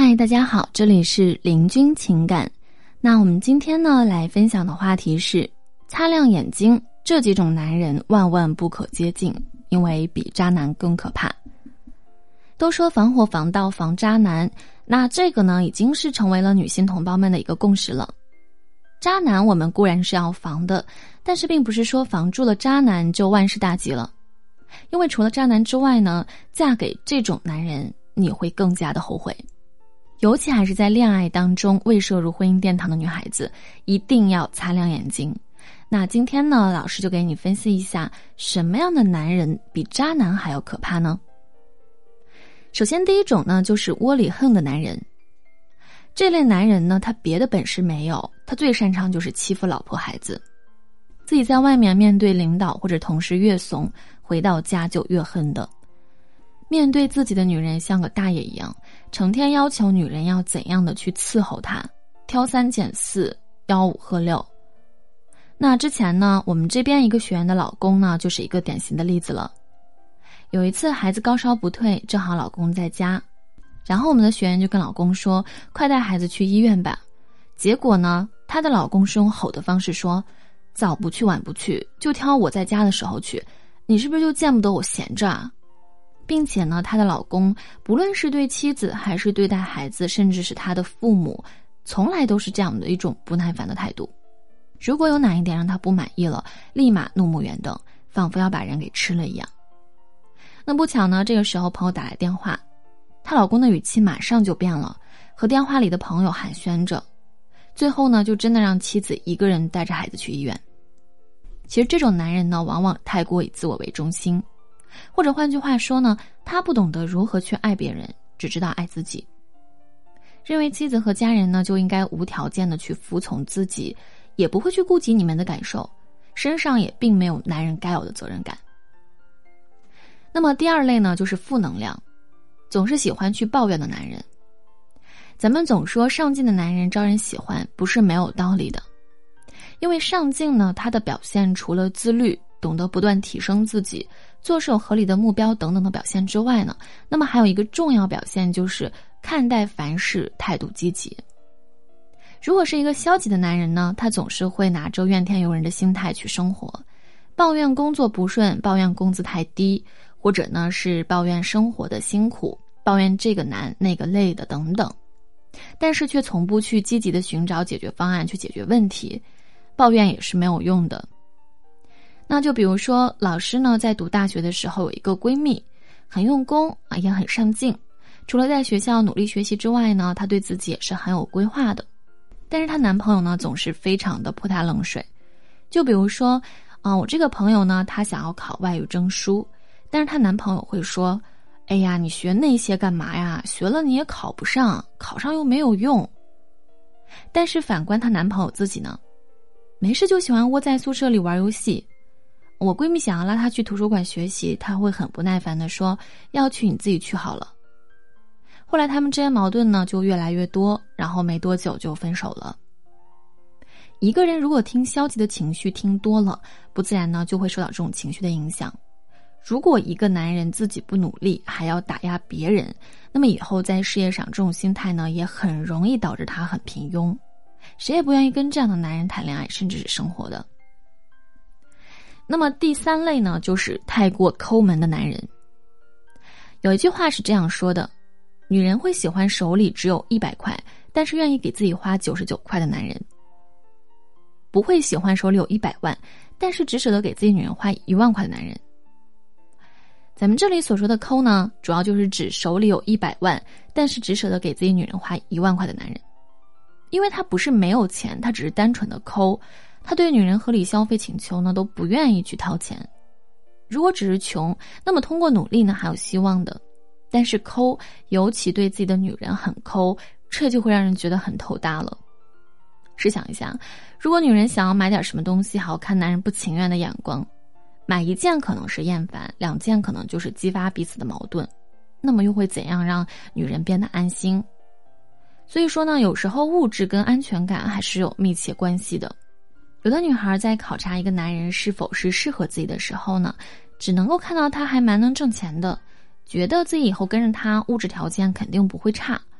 嗨，大家好，这里是林君情感。那我们今天呢来分享的话题是擦亮眼睛，这几种男人万万不可接近，因为比渣男更可怕。都说防火防盗防渣男，那这个呢已经是成为了女性同胞们的一个共识了。渣男我们固然是要防的，但是并不是说防住了渣男就万事大吉了。因为除了渣男之外呢，嫁给这种男人你会更加的后悔。尤其还是在恋爱当中未涉入婚姻殿堂的女孩子，一定要擦亮眼睛。那今天呢，老师就给你分析一下什么样的男人比渣男还要可怕呢？首先第一种呢，就是窝里横的男人。这类男人呢，他别的本事没有，他最擅长就是欺负老婆孩子。自己在外面面对领导或者同事越怂，回到家就越横的。面对自己的女人像个大爷一样，成天要求女人要怎样的去伺候他，挑三拣四，吆五喝六。那之前呢，我们这边一个学员的老公呢，就是一个典型的例子了。有一次孩子高烧不退，正好老公在家，然后我们的学员就跟老公说，快带孩子去医院吧。结果呢，她的老公是用吼的方式说，早不去晚不去，就挑我在家的时候去，你是不是就见不得我闲着啊？并且呢，她的老公不论是对妻子还是对待孩子，甚至是他的父母，从来都是这样的一种不耐烦的态度。如果有哪一点让他不满意了，立马怒目圆瞪，仿佛要把人给吃了一样。那不巧呢，这个时候朋友打来电话，她老公的语气马上就变了，和电话里的朋友寒暄着，最后呢，就真的让妻子一个人带着孩子去医院。其实这种男人呢，往往太过以自我为中心，或者换句话说呢，他不懂得如何去爱别人，只知道爱自己。认为妻子和家人呢，就应该无条件的去服从自己，也不会去顾及你们的感受，身上也并没有男人该有的责任感。那么第二类呢，就是负能量，总是喜欢去抱怨的男人。咱们总说上进的男人招人喜欢，不是没有道理的。因为上进呢，他的表现除了自律，懂得不断提升自己，做事有合理的目标等等的表现之外呢，那么还有一个重要表现，就是看待凡事态度积极。如果是一个消极的男人呢，他总是会拿着怨天尤人的心态去生活，抱怨工作不顺，抱怨工资太低，或者呢是抱怨生活的辛苦，抱怨这个难那个累的等等，但是却从不去积极的寻找解决方案去解决问题，抱怨也是没有用的。那就比如说老师呢，在读大学的时候有一个闺蜜，很用功啊，也很上进，除了在学校努力学习之外呢，她对自己也是很有规划的。但是她男朋友呢，总是非常的泼她冷水。就比如说我这个朋友呢，她想要考外语证书，但是她男朋友会说，哎呀，你学那些干嘛呀？学了你也考不上，考上又没有用。但是反观她男朋友自己呢，没事就喜欢窝在宿舍里玩游戏。我闺蜜想要拉她去图书馆学习，她会很不耐烦地说，要去你自己去好了。后来他们之间矛盾呢就越来越多，然后没多久就分手了。一个人如果听消极的情绪听多了，不自然呢就会受到这种情绪的影响。如果一个男人自己不努力，还要打压别人，那么以后在事业上这种心态呢，也很容易导致他很平庸。谁也不愿意跟这样的男人谈恋爱，甚至是生活的。那么第三类呢，就是太过抠门的男人。有一句话是这样说的，女人会喜欢手里只有100块，但是愿意给自己花99块的男人。不会喜欢手里有100万，但是只舍得给自己女人花1万块的男人。咱们这里所说的抠呢，主要就是指手里有100万，但是只舍得给自己女人花1万块的男人。因为他不是没有钱，他只是单纯的抠，他对女人合理消费请求呢都不愿意去掏钱。如果只是穷，那么通过努力呢还有希望的，但是抠，尤其对自己的女人很抠，这就会让人觉得很头大了。试想一下，如果女人想要买点什么东西，好看男人不情愿的眼光，买1件可能是厌烦，2件可能就是激发彼此的矛盾，那么又会怎样让女人变得安心？所以说呢，有时候物质跟安全感还是有密切关系的。有的女孩在考察一个男人是否是适合自己的时候呢，只能够看到他还蛮能挣钱的，觉得自己以后跟着他物质条件肯定不会差，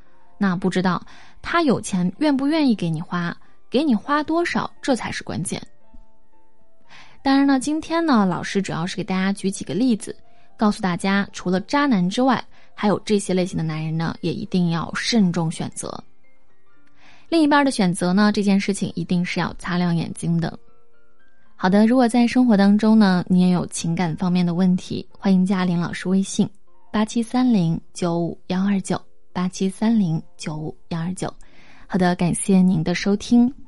那不知道他有钱愿不愿意给你花，给你花多少，这才是关键。当然呢，今天呢，老师主要是给大家举几个例子，告诉大家除了渣男之外，还有这些类型的男人呢，也一定要慎重选择。另一半的选择呢，这件事情一定是要擦亮眼睛的。好的，如果在生活当中呢，你也有情感方面的问题，欢迎加林老师微信8730951129，8730951129。好的，感谢您的收听。